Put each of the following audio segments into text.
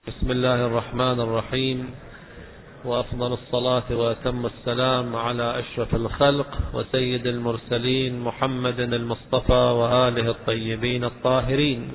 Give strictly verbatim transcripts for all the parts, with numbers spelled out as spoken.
بسم الله الرحمن الرحيم، وأفضل الصلاة وأتم السلام على أشرف الخلق وسيد المرسلين محمد المصطفى وآله الطيبين الطاهرين.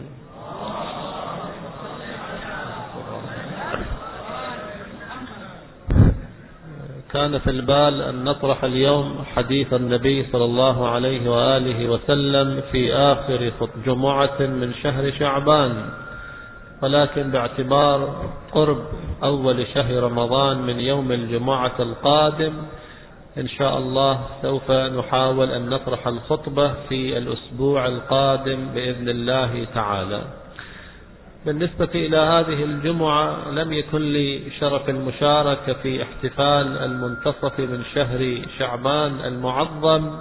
كان في البال أن نطرح اليوم حديث النبي صلى الله عليه وآله وسلم في آخر جمعة من شهر شعبان، ولكن باعتبار قرب أول شهر رمضان من يوم الجمعة القادم إن شاء الله سوف نحاول أن نطرح الخطبة في الأسبوع القادم بإذن الله تعالى. بالنسبة إلى هذه الجمعة لم يكن لي شرف المشاركة في احتفال المنتصف من شهر شعبان المعظم.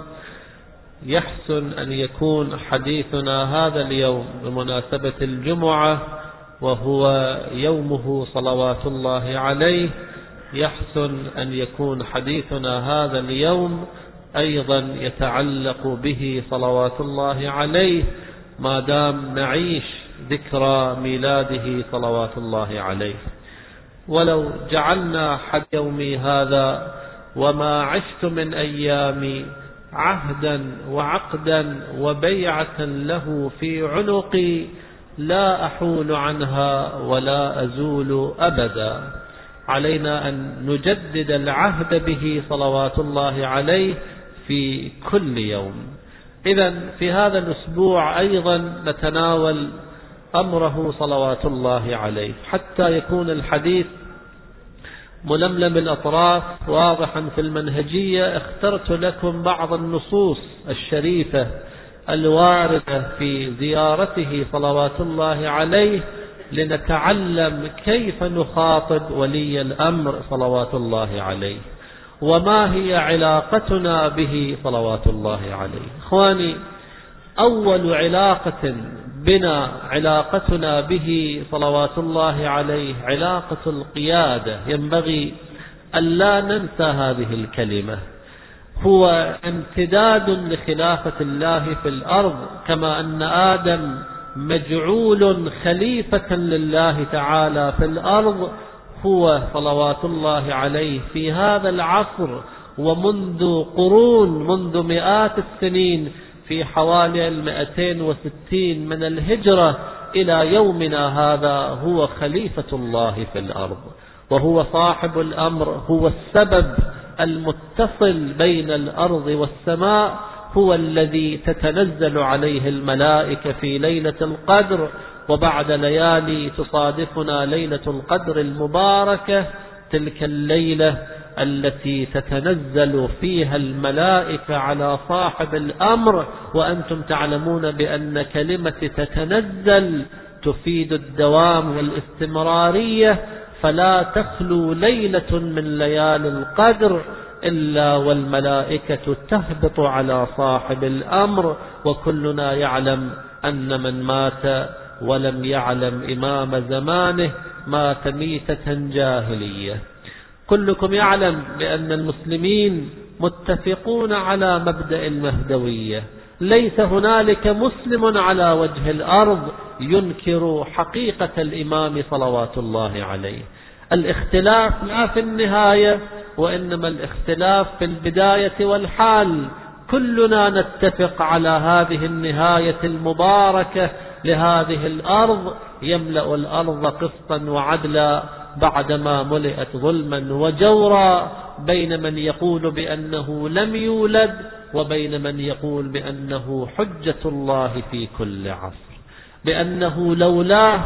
يحسن أن يكون حديثنا هذا اليوم بمناسبة الجمعة وهو يومه صلوات الله عليه، يحسن أن يكون حديثنا هذا اليوم أيضا يتعلق به صلوات الله عليه ما دام نعيش ذكرى ميلاده صلوات الله عليه. ولو جعلنا حد يومي هذا وما عشت من أيامي عهدا وعقدا وبيعة له في عنقي لا أحول عنها ولا أزول أبدا. علينا أن نجدد العهد به صلوات الله عليه في كل يوم. إذن في هذا الأسبوع أيضا نتناول أمره صلوات الله عليه حتى يكون الحديث ململم الأطراف واضحا في المنهجية. اخترت لكم بعض النصوص الشريفة الواردة في زيارته صلوات الله عليه لنتعلم كيف نخاطب ولي الأمر صلوات الله عليه وما هي علاقتنا به صلوات الله عليه. إخواني، أول علاقة بنا علاقتنا به صلوات الله عليه علاقة القيادة. ينبغي أن لا ننسى هذه الكلمة. هو امتداد لخلافة الله في الأرض، كما أن آدم مجعول خليفة لله تعالى في الأرض. هو صلوات الله عليه في هذا العصر ومنذ قرون، منذ مئات السنين، في حوالي المئتين وستين من الهجرة إلى يومنا هذا هو خليفة الله في الأرض، وهو صاحب الأمر، هو السبب المتصل بين الأرض والسماء، هو الذي تتنزل عليه الملائكة في ليلة القدر، وبعد ليالي تصادفنا ليلة القدر المباركة، تلك الليلة التي تتنزل فيها الملائكة على صاحب الأمر. وأنتم تعلمون بأن كلمة تتنزل تفيد الدوام والاستمرارية، فلا تخلو ليلة من ليالي القدر إلا والملائكة تهبط على صاحب الأمر. وكلنا يعلم أن من مات ولم يعلم إمام زمانه مات ميتة جاهلية. كلكم يعلم بأن المسلمين متفقون على مبدأ المهدوية. ليس هنالك مسلم على وجه الأرض ينكر حقيقة الإمام صلوات الله عليه. الاختلاف لا في النهاية، وإنما الاختلاف في البداية والحال. كلنا نتفق على هذه النهاية المباركة لهذه الأرض، يملأ الأرض قسطا وعدلا بعدما ملئت ظلما وجورا، بين من يقول بأنه لم يولد وبين من يقول بأنه حجة الله في كل عصر، بأنه لولاه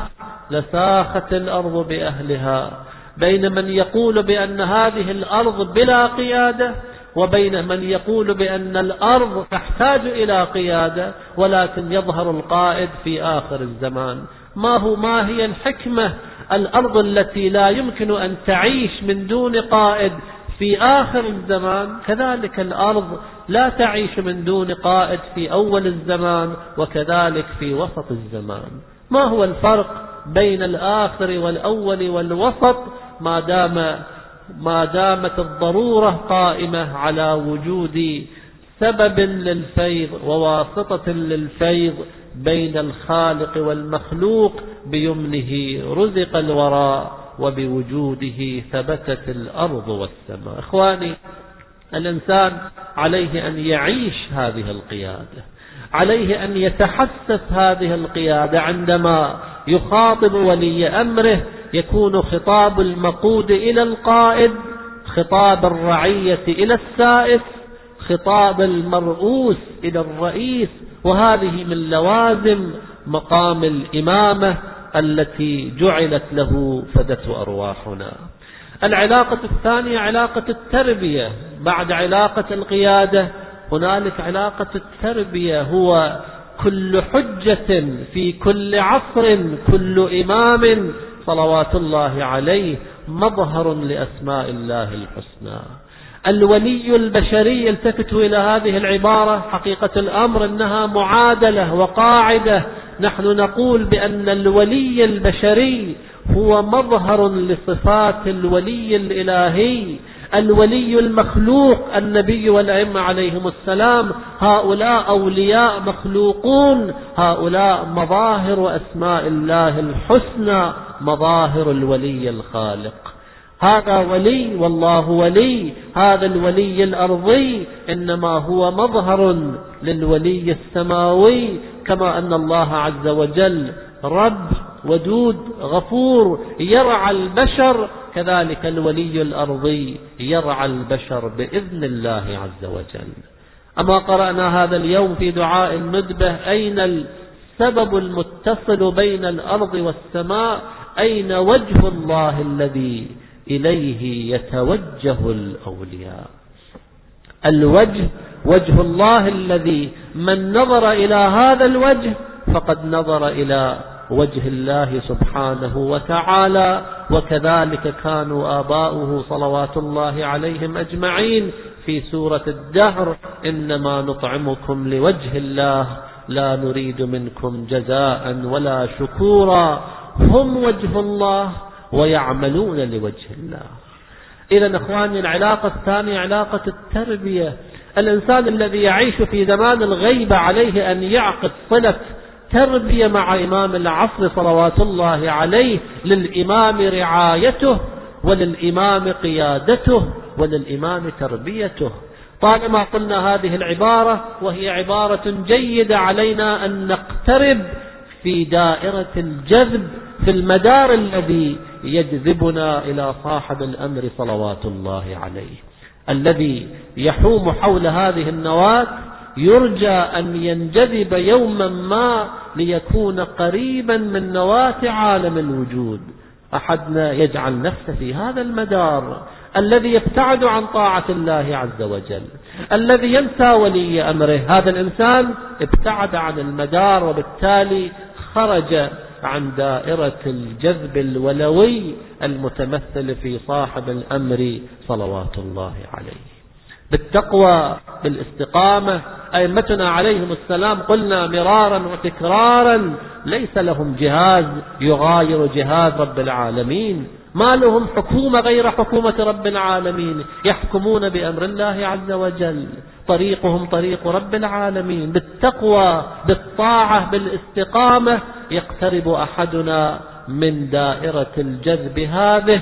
لساخت الأرض بأهلها، بين من يقول بأن هذه الأرض بلا قيادة وبين من يقول بأن الأرض تحتاج إلى قيادة، ولكن يظهر القائد في آخر الزمان. ما هو ما هي الحكمة؟ الأرض التي لا يمكن أن تعيش من دون قائد في آخر الزمان، كذلك الأرض لا تعيش من دون قائد في أول الزمان وكذلك في وسط الزمان. ما هو الفرق بين الآخر والأول والوسط؟ ما دام ما دامت الضرورة قائمة على وجود سبب للفيض وواسطة للفيض، بين الخالق والمخلوق بيمنه رزق الوراء وبوجوده ثبتت الأرض والسماء. إخواني، الإنسان عليه أن يعيش هذه القيادة، عليه أن يتحسس هذه القيادة. عندما يخاطب ولي أمره يكون خطاب المقود إلى القائد، خطاب الرعية إلى السائس، خطاب المرؤوس إلى الرئيس، وهذه من لوازم مقام الإمامة التي جعلت له فدته أرواحنا. العلاقة الثانية علاقة التربية. بعد علاقة القيادة هنالك علاقة التربية، هو كل حجة في كل عصر، كل إمام صلوات الله عليه مظهر لأسماء الله الحسنى. الولي البشري، التفتوا إلى هذه العبارة، حقيقة الأمر أنها معادلة وقاعدة. نحن نقول بأن الولي البشري هو مظهر لصفات الولي الإلهي. الولي المخلوق النبي والأئمة عليهم السلام، هؤلاء أولياء مخلوقون، هؤلاء مظاهر أسماء الله الحسنى، مظاهر الولي الخالق. هذا ولي والله ولي. هذا الولي الأرضي إنما هو مظهر للولي السماوي، كما أن الله عز وجل رب ودود غفور يرعى البشر، كذلك الولي الأرضي يرعى البشر بإذن الله عز وجل. أما قرأنا هذا اليوم في دعاء الندبة: أين السبب المتصل بين الأرض والسماء؟ أين وجه الله الذي إليه يتوجه الأولياء؟ الوجه وجه الله الذي من نظر إلى هذا الوجه فقد نظر إلى وجه الله سبحانه وتعالى. وكذلك كانوا آباؤه صلوات الله عليهم أجمعين في سورة الدهر: إنما نطعمكم لوجه الله لا نريد منكم جزاء ولا شكورا. هم وجه الله ويعملون لوجه الله. إذن أخواني، العلاقة الثانية علاقة التربية. الإنسان الذي يعيش في زمان الغيبة عليه أن يعقد صلة تربية مع إمام العصر صلوات الله عليه. للإمام رعايته، وللإمام قيادته، وللإمام تربيته. طالما قلنا هذه العبارة وهي عبارة جيدة، علينا أن نقترب في دائرة الجذب، في المدار الذي يجذبنا إلى صاحب الأمر صلوات الله عليه، الذي يحوم حول هذه النواة، يرجى أن ينجذب يوما ما ليكون قريبا من نواة عالم الوجود. أحدنا يجعل نفسه في هذا المدار الذي يبتعد عن طاعة الله عز وجل، الذي ينسى ولي أمره. هذا الإنسان ابتعد عن المدار، وبالتالي خرج عن دائرة الجذب الولوي المتمثل في صاحب الأمر صلوات الله عليه. بالتقوى، بالاستقامة، أئمتنا عليهم السلام قلنا مرارا وتكرارا ليس لهم جهاز يغاير جهاز رب العالمين، ما لهم حكومة غير حكومة رب العالمين، يحكمون بأمر الله عز وجل، طريقهم طريق رب العالمين. بالتقوى، بالطاعة، بالاستقامة يقترب أحدنا من دائرة الجذب هذه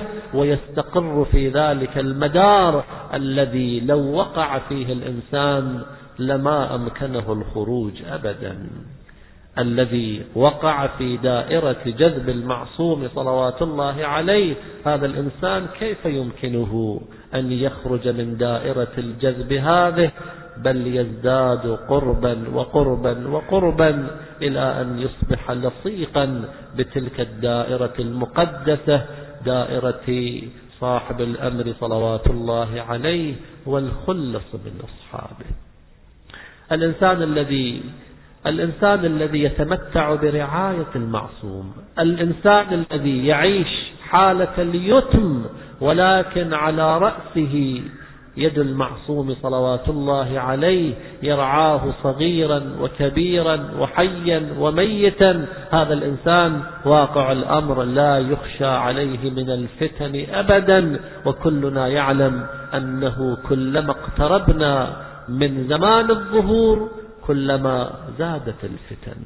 ويستقر في ذلك المدار الذي لو وقع فيه الإنسان لما أمكنه الخروج أبدا. الذي وقع في دائرة جذب المعصوم صلوات الله عليه، هذا الإنسان كيف يمكنه أن يخرج من دائرة الجذب هذه؟ بل يزداد قربا وقربا وقربا إلى أن يصبح لصيقا بتلك الدائرة المقدسة، دائرة صاحب الأمر صلوات الله عليه والخلص من أصحابه. الإنسان الذي الإنسان الذي يتمتع برعاية المعصوم، الإنسان الذي يعيش حالة اليتم ولكن على رأسه يد المعصوم صلوات الله عليه يرعاه صغيرا وكبيرا وحيا وميتا. هذا الإنسان واقع الأمر لا يخشى عليه من الفتن أبدا، وكلنا يعلم أنه كلما اقتربنا من زمان الظهور كلما زادت الفتن.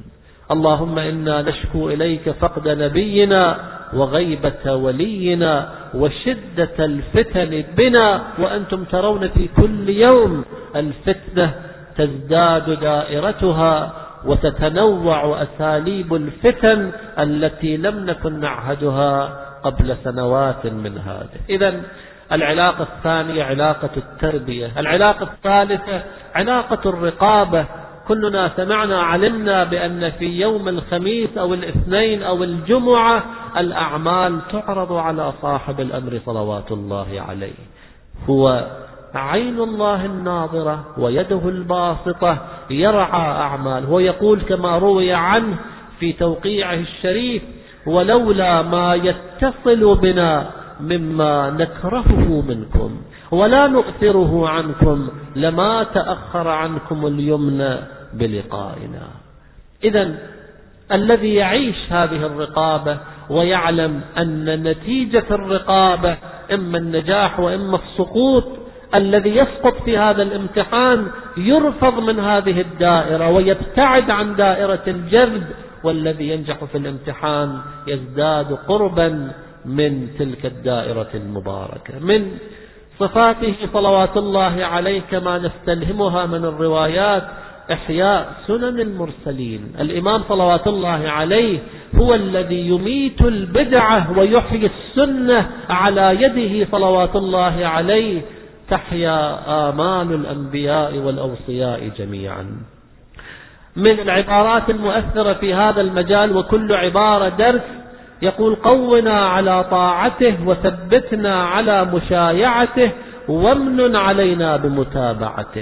اللهم إنا نشكو إليك فقد نبينا وغيبة ولينا وشدة الفتن بنا، وأنتم ترون في كل يوم الفتنة تزداد دائرتها وتتنوع أساليب الفتن التي لم نكن نعهدها قبل سنوات من هذا. إذن العلاقة الثانية علاقة التربية. العلاقة الثالثة علاقة الرقابة. كلنا سمعنا علمنا بأن في يوم الخميس أو الاثنين أو الجمعة الأعمال تعرض على صاحب الأمر صلوات الله عليه، هو عين الله الناظرة ويده الباسطة يرعى أعمال. هو يقول كما روي عنه في توقيعه الشريف: ولولا ما يتصل بنا مما نكرهه منكم ولا نؤثره عنكم لما تأخر عنكم اليمن بلقائنا. إذن الذي يعيش هذه الرقابة ويعلم أن نتيجة الرقابة إما النجاح وإما السقوط، الذي يسقط في هذا الامتحان يرفض من هذه الدائرة ويبتعد عن دائرة الجذب، والذي ينجح في الامتحان يزداد قربا من تلك الدائرة المباركة. من صفاته صلوات الله عليه كما نستلهمها من الروايات إحياء سنن المرسلين. الإمام صلوات الله عليه هو الذي يميت البدعة ويحيي السنة على يده صلوات الله عليه، تحيا آمال الأنبياء والأوصياء جميعا. من العبارات المؤثرة في هذا المجال وكل عبارة درس، يقول: قونا على طاعته وثبتنا على مشايعته وامن علينا بمتابعته.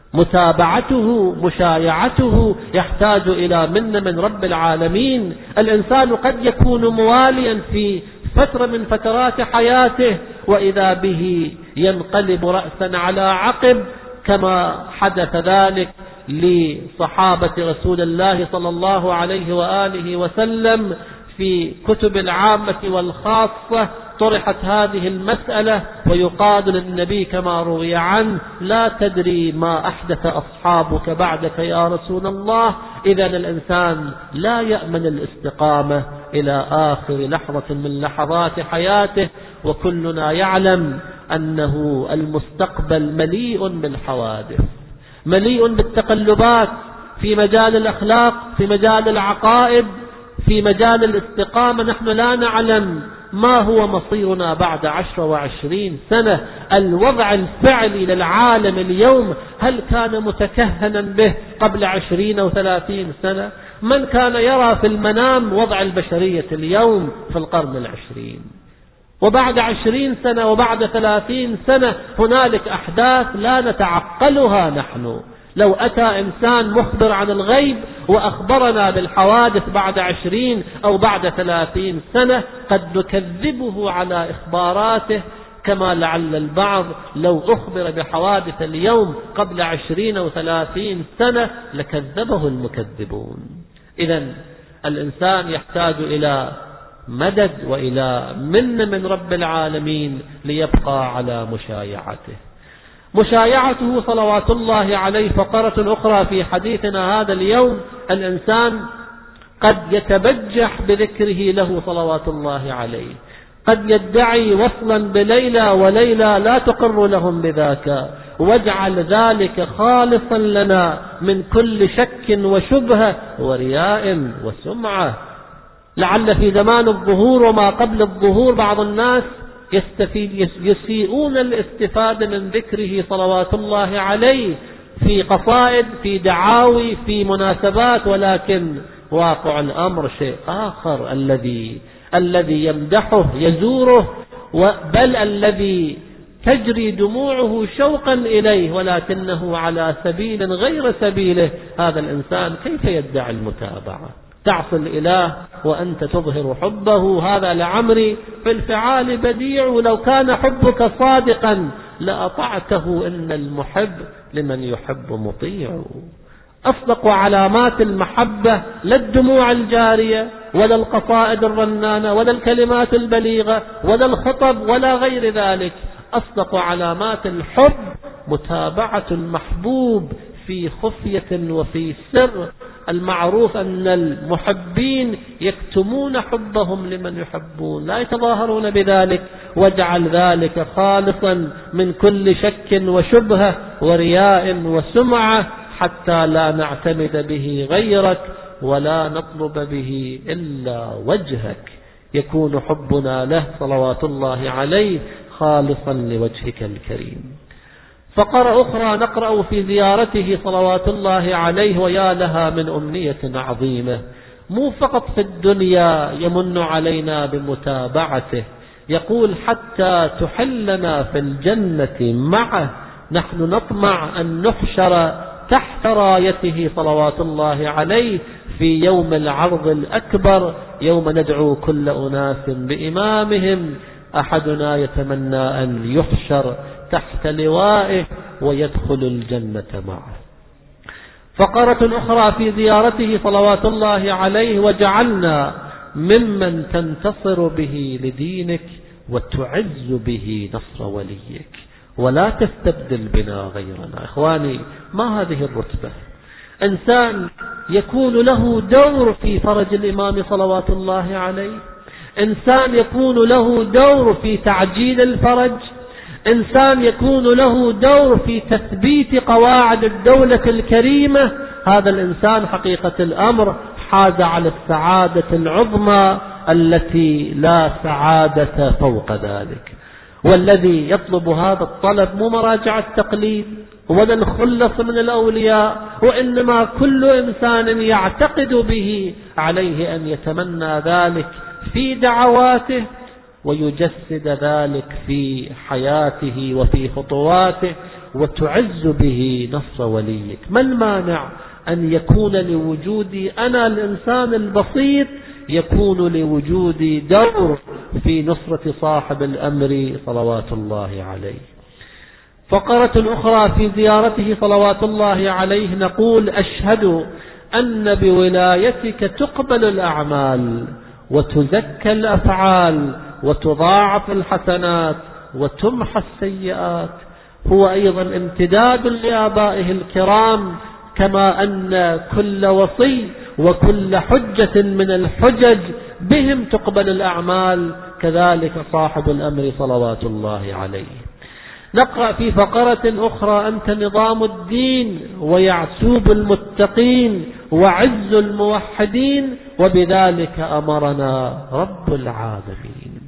متابعته مشايعته يحتاج إلى من من رب العالمين. الإنسان قد يكون مواليا في فترة من فترات حياته وإذا به ينقلب رأسا على عقب، كما حدث ذلك لصحابة رسول الله صلى الله عليه وآله وسلم. في كتب العامة والخاصة طرحت هذه المسألة ويقال للنبي كما روي عنه: لا تدري ما أحدث أصحابك بعدك يا رسول الله. إذن الإنسان لا يأمن الاستقامة إلى آخر لحظة من لحظات حياته، وكلنا يعلم أنه المستقبل مليء بالحوادث، مليء بالتقلبات في مجال الأخلاق، في مجال العقائد، في مجال الاستقامة. نحن لا نعلم ما هو مصيرنا بعد عشر وعشرين سنة. الوضع الفعلي للعالم اليوم هل كان متكهنا به قبل عشرين أو ثلاثين سنة؟ من كان يرى في المنام وضع البشرية اليوم في القرن العشرين؟ وبعد عشرين سنة وبعد ثلاثين سنة هنالك أحداث لا نتعقلها نحن. لو أتى إنسان مخبر عن الغيب وأخبرنا بالحوادث بعد عشرين أو بعد ثلاثين سنة قد نكذبه على إخباراته، كما لعل البعض لو أخبر بحوادث اليوم قبل عشرين أو ثلاثين سنة لكذبه المكذبون. إذن الإنسان يحتاج إلى مدد وإلى من من رب العالمين ليبقى على مشايعته. مشايعته صلوات الله عليه فقرة أخرى في حديثنا هذا اليوم. الإنسان قد يتبجح بذكره له صلوات الله عليه، قد يدعي وصلا بليلى وليلى لا تقر لهم بذاك، واجعل ذلك خالصا لنا من كل شك وشبهة ورياء وسمعة. لعل في زمان الظهور وما قبل الظهور بعض الناس يستفيد يسيئون الاستفادة من ذكره صلوات الله عليه في قصائد، في دعاوي، في مناسبات، ولكن واقع الأمر شيء آخر. الذي الذي يمدحه يزوره، بل الذي تجري دموعه شوقا إليه ولكنه على سبيل غير سبيله، هذا الإنسان كيف يدعي المتابعة؟ تعصي الإله وأنت تظهر حبه، هذا لعمري في الفعال بديع. لو كان حبك صادقا لأطعته، إن المحب لمن يحب مطيع. أصدق علامات المحبة لا الدموع الجارية ولا القصائد الرنانة ولا الكلمات البليغة ولا الخطب ولا غير ذلك. أصدق علامات الحب متابعة المحبوب في خفية وفي سر. المعروف أن المحبين يكتمون حبهم لمن يحبون، لا يتظاهرون بذلك، واجعل ذلك خالصا من كل شك وشبهة ورياء وسمعة، حتى لا نعتمد به غيرك ولا نطلب به إلا وجهك، يكون حبنا له صلوات الله عليه خالصا لوجهك الكريم. فقرة أخرى نقرأ في زيارته صلوات الله عليه، ويا لها من أمنية عظيمة، مو فقط في الدنيا يمن علينا بمتابعته، يقول حتى تحلنا في الجنة معه، نحن نطمع أن نحشر تحت رايته صلوات الله عليه في يوم العرض الأكبر، يوم ندعو كل أناس بإمامهم، أحدنا يتمنى أن يحشر تحت لوائه ويدخل الجنة معه. فقرة أخرى في زيارته صلوات الله عليه، وجعلنا ممن تنتصر به لدينك وتعز به نصر وليك، ولا تستبدل بنا غيرنا. إخواني، ما هذه الرتبة؟ إنسان يكون له دور في فرج الإمام صلوات الله عليه، إنسان يكون له دور في تعجيل الفرج، إنسان يكون له دور في تثبيت قواعد الدولة الكريمة. هذا الإنسان حقيقة الأمر حاز على السعادة العظمى التي لا سعادة فوق ذلك. والذي يطلب هذا الطلب مو مراجعة تقليد ولا الخلص من الأولياء، وإنما كل إنسان يعتقد به عليه أن يتمنى ذلك في دعواته ويجسد ذلك في حياته وفي خطواته، وتعز به نصر وليك. ما المانع أن يكون لوجودي أنا الإنسان البسيط يكون لوجودي دور في نصرة صاحب الأمر صلوات الله عليه. فقرة أخرى في زيارته صلوات الله عليه نقول أشهد أن بولايتك تقبل الأعمال وتزكى الأفعال وتضاعف الحسنات وتمحى السيئات. هو أيضا امتداد لآبائه الكرام، كما أن كل وصي وكل حجة من الحجج بهم تقبل الأعمال، كذلك صاحب الأمر صلوات الله عليه. نقرأ في فقرة أخرى أنت نظام الدين ويعسوب المتقين وعز الموحدين، وبذلك أمرنا رب العالمين.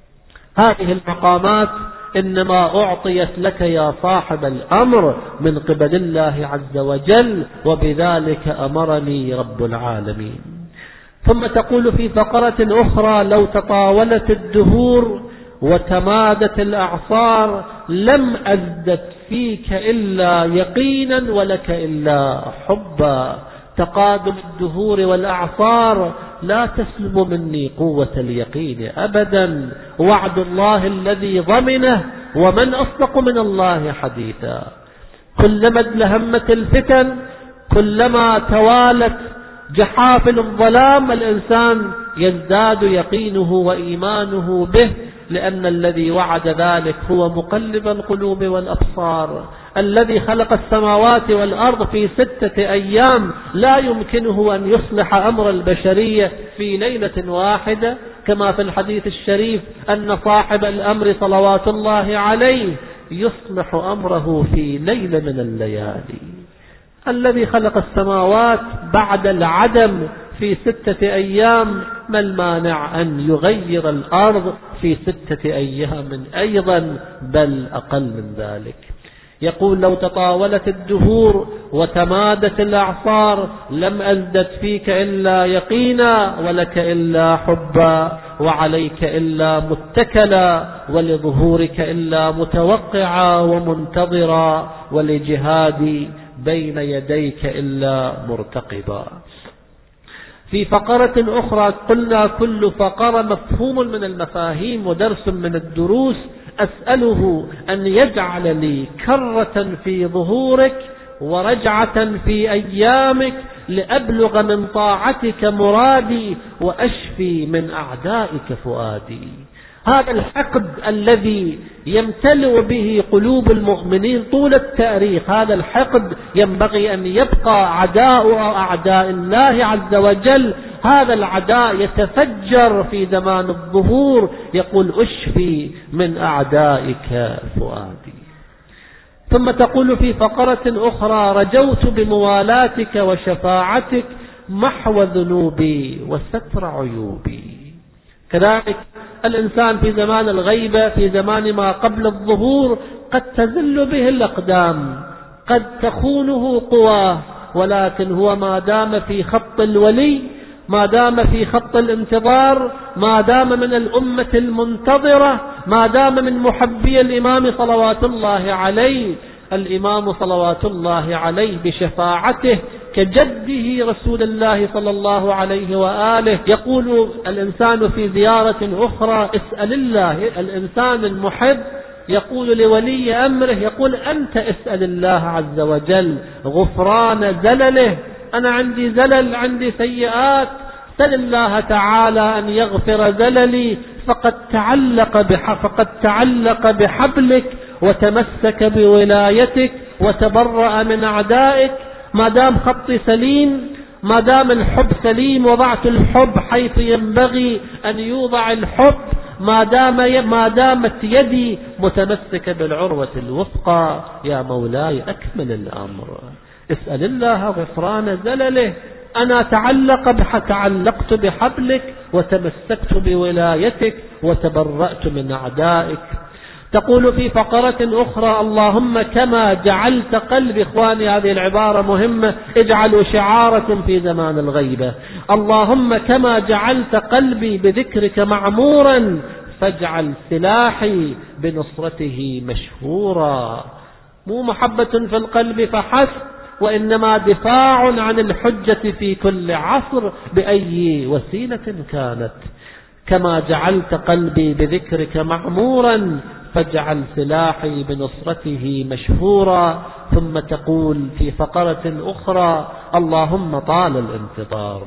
هذه المقامات إنما أعطيت لك يا صاحب الأمر من قبل الله عز وجل، وبذلك أمرني رب العالمين. ثم تقول في فقرة أخرى لو تطاولت الدهور وتمادت الأعصار لم أزدد فيك إلا يقينا ولك إلا حبا. تقادم الدهور والأعصار لا تسلم مني قوة اليقين أبدا، وعد الله الذي ضمنه، ومن أصدق من الله حديثا. كلما ازدهمت الفتن، كلما توالت جحافل الظلام، الإنسان يزداد يقينه وإيمانه به، لأن الذي وعد ذلك هو مقلب القلوب والأبصار، الذي خلق السماوات والأرض في ستة أيام، لا يمكنه أن يصلح أمر البشرية في ليلة واحدة، كما في الحديث الشريف أن صاحب الأمر صلوات الله عليه يصلح أمره في ليلة من الليالي. الذي خلق السماوات بعد العدم في ستة أيام، ما المانع أن يغير الأرض في ستة أيام أيضا، بل أقل من ذلك. يقول لو تطاولت الدهور وتمادت الأعصار لم أزدد فيك إلا يقينا ولك إلا حبا، وعليك إلا متكلا، ولظهورك إلا متوقعا ومنتظرا، ولجهادي بين يديك إلا مرتقبا. في فقرة أخرى قلنا كل فقرة مفهوم من المفاهيم ودرس من الدروس، أسأله أن يجعل لي كرة في ظهورك ورجعة في أيامك لأبلغ من طاعتك مرادي وأشفي من أعدائك فؤادي. هذا الحقد الذي يمتلئ به قلوب المؤمنين طول التاريخ، هذا الحقد ينبغي أن يبقى عداء أعداء الله عز وجل. هذا العداء يتفجر في زمان الظهور، يقول أشفي من أعدائك فؤادي. ثم تقول في فقرة أخرى رجوت بموالاتك وشفاعتك محو ذنوبي وستر عيوبي. كذلك الإنسان في زمان الغيبة، في زمان ما قبل الظهور، قد تزل به الأقدام، قد تخونه قواه، ولكن هو ما دام في خط الولي، ما دام في خط الانتظار، ما دام من الأمة المنتظرة، ما دام من محبي الإمام صلوات الله عليه، الإمام صلوات الله عليه بشفاعته كجده رسول الله صلى الله عليه وآله. يقول الإنسان في زيارة أخرى اسأل الله، الإنسان المحب يقول لولي أمره، يقول أنت اسأل الله عز وجل غفران زلله، أنا عندي زلل، عندي سيئات، سل الله تعالى أن يغفر زللي، فقد تعلق بح فقد تعلق بحبلك وتمسك بولايتك وتبرأ من أعدائك. ما دام خطي سليم، ما دام الحب سليم، وضعت الحب حيث ينبغي أن يوضع الحب، ما دام ما دامت يدي متمسكة بالعروة الوثقى، يا مولاي أكمل الأمر، اسأل الله غفران زلله. أنا تعلق بح تعلقت بحبلك وتمسكت بولايتك وتبرأت من أعدائك. تقول في فقرة أخرى اللهم كما جعلت قلبي، إخواني هذه العبارة مهمة، اجعلوا شعارة في زمان الغيبة، اللهم كما جعلت قلبي بذكرك معمورا فاجعل سلاحي بنصرته مشهورا. مو محبة في القلب فحسب، وإنما دفاع عن الحجة في كل عصر بأي وسيلة كانت. كما جعلت قلبي بذكرك معمورا فاجعل سلاحي بنصرته مشهورا. ثم تقول في فقرة أخرى اللهم طال الانتظار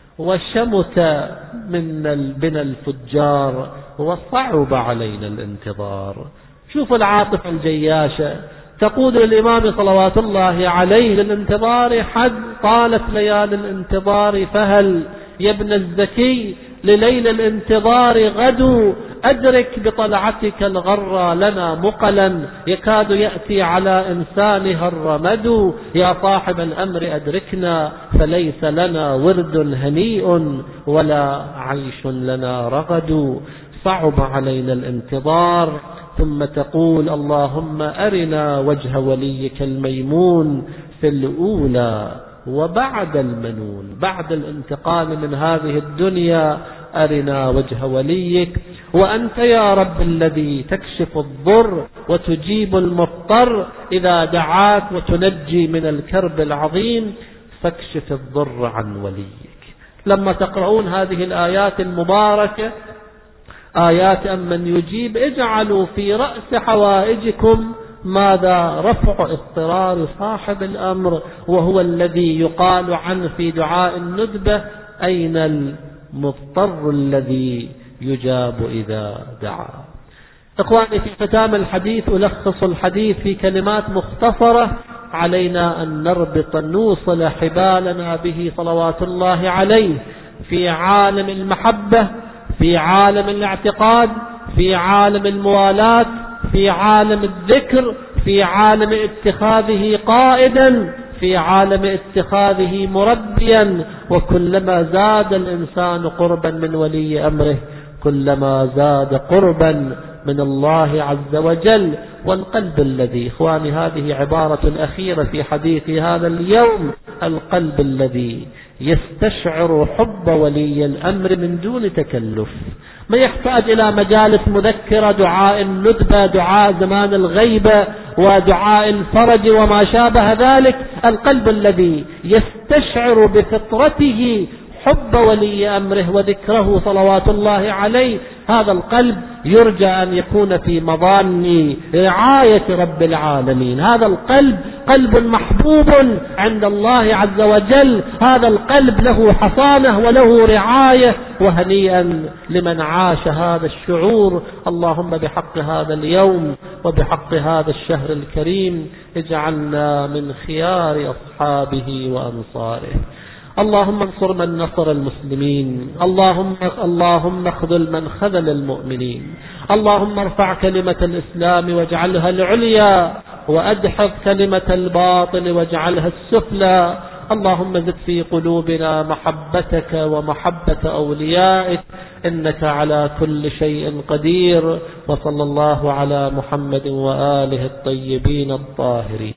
وشمت من بنا الفجار وصعب علينا الانتظار. شوفوا العاطفة الجياشة، تقول للإمام صلوات الله عليه للانتظار حد، طالت ليالي الانتظار فهل يا ابن الزكي لليل الانتظار غدو، أدرك بطلعتك الغرى لنا مقلا يكاد يأتي على إنسانها الرمد. يا صاحب الأمر أدركنا فليس لنا ورد هنيء ولا عيش لنا رغد. صعب علينا الانتظار. ثم تقول اللهم أرنا وجه وليك الميمون في الأولى وبعد المنون، بعد الانتقال من هذه الدنيا أرنا وجه وليك. وأنت يا رب الذي تكشف الضر وتجيب المضطر إذا دعاك وتنجي من الكرب العظيم، فاكشف الضر عن وليك. لما تقرؤون هذه الآيات المباركة، آيات من يجيب، اجعلوا في رأس حوائجكم ماذا؟ رفع اضطرار صاحب الأمر، وهو الذي يقال عنه في دعاء الندبة أين المضطر الذي يجاب إذا دعا. إخواني في ختام الحديث ألخص الحديث في كلمات مختصرة. علينا أن نربط نوصل حبالنا به صلوات الله عليه في عالم المحبة، في عالم الاعتقاد، في عالم الموالاة، في عالم الذكر، في عالم اتخاذه قائدا، في عالم اتخاذه مربيا. وكلما زاد الإنسان قربا من ولي أمره كلما زاد قربا من الله عز وجل. والقلب الذي، إخواني هذه عبارة أخيرة في حديثي هذا اليوم، القلب الذي يستشعر حب ولي الأمر من دون تكلف، ما يحتاج إلى مجالس مذكرة، دعاء الندبة، دعاء زمان الغيبة، ودعاء الفرج وما شابه ذلك. القلب الذي يستشعر بفطرته حب ولي أمره وذكره صلوات الله عليه، هذا القلب يرجى أن يكون في مظان رعاية رب العالمين. هذا القلب قلب محبوب عند الله عز وجل. هذا القلب له حصانة وله رعاية، وهنيئا لمن عاش هذا الشعور. اللهم بحق هذا اليوم وبحق هذا الشهر الكريم اجعلنا من خيار أصحابه وأنصاره. اللهم انصر من نصر المسلمين، اللهم اللهم اخذل من خذل المؤمنين، اللهم ارفع كلمة الإسلام واجعلها العليا، وأدحض كلمة الباطل واجعلها السفلى. اللهم زد في قلوبنا محبتك ومحبة أوليائك، إنك على كل شيء قدير. وصلى الله على محمد وآله الطيبين الطاهرين.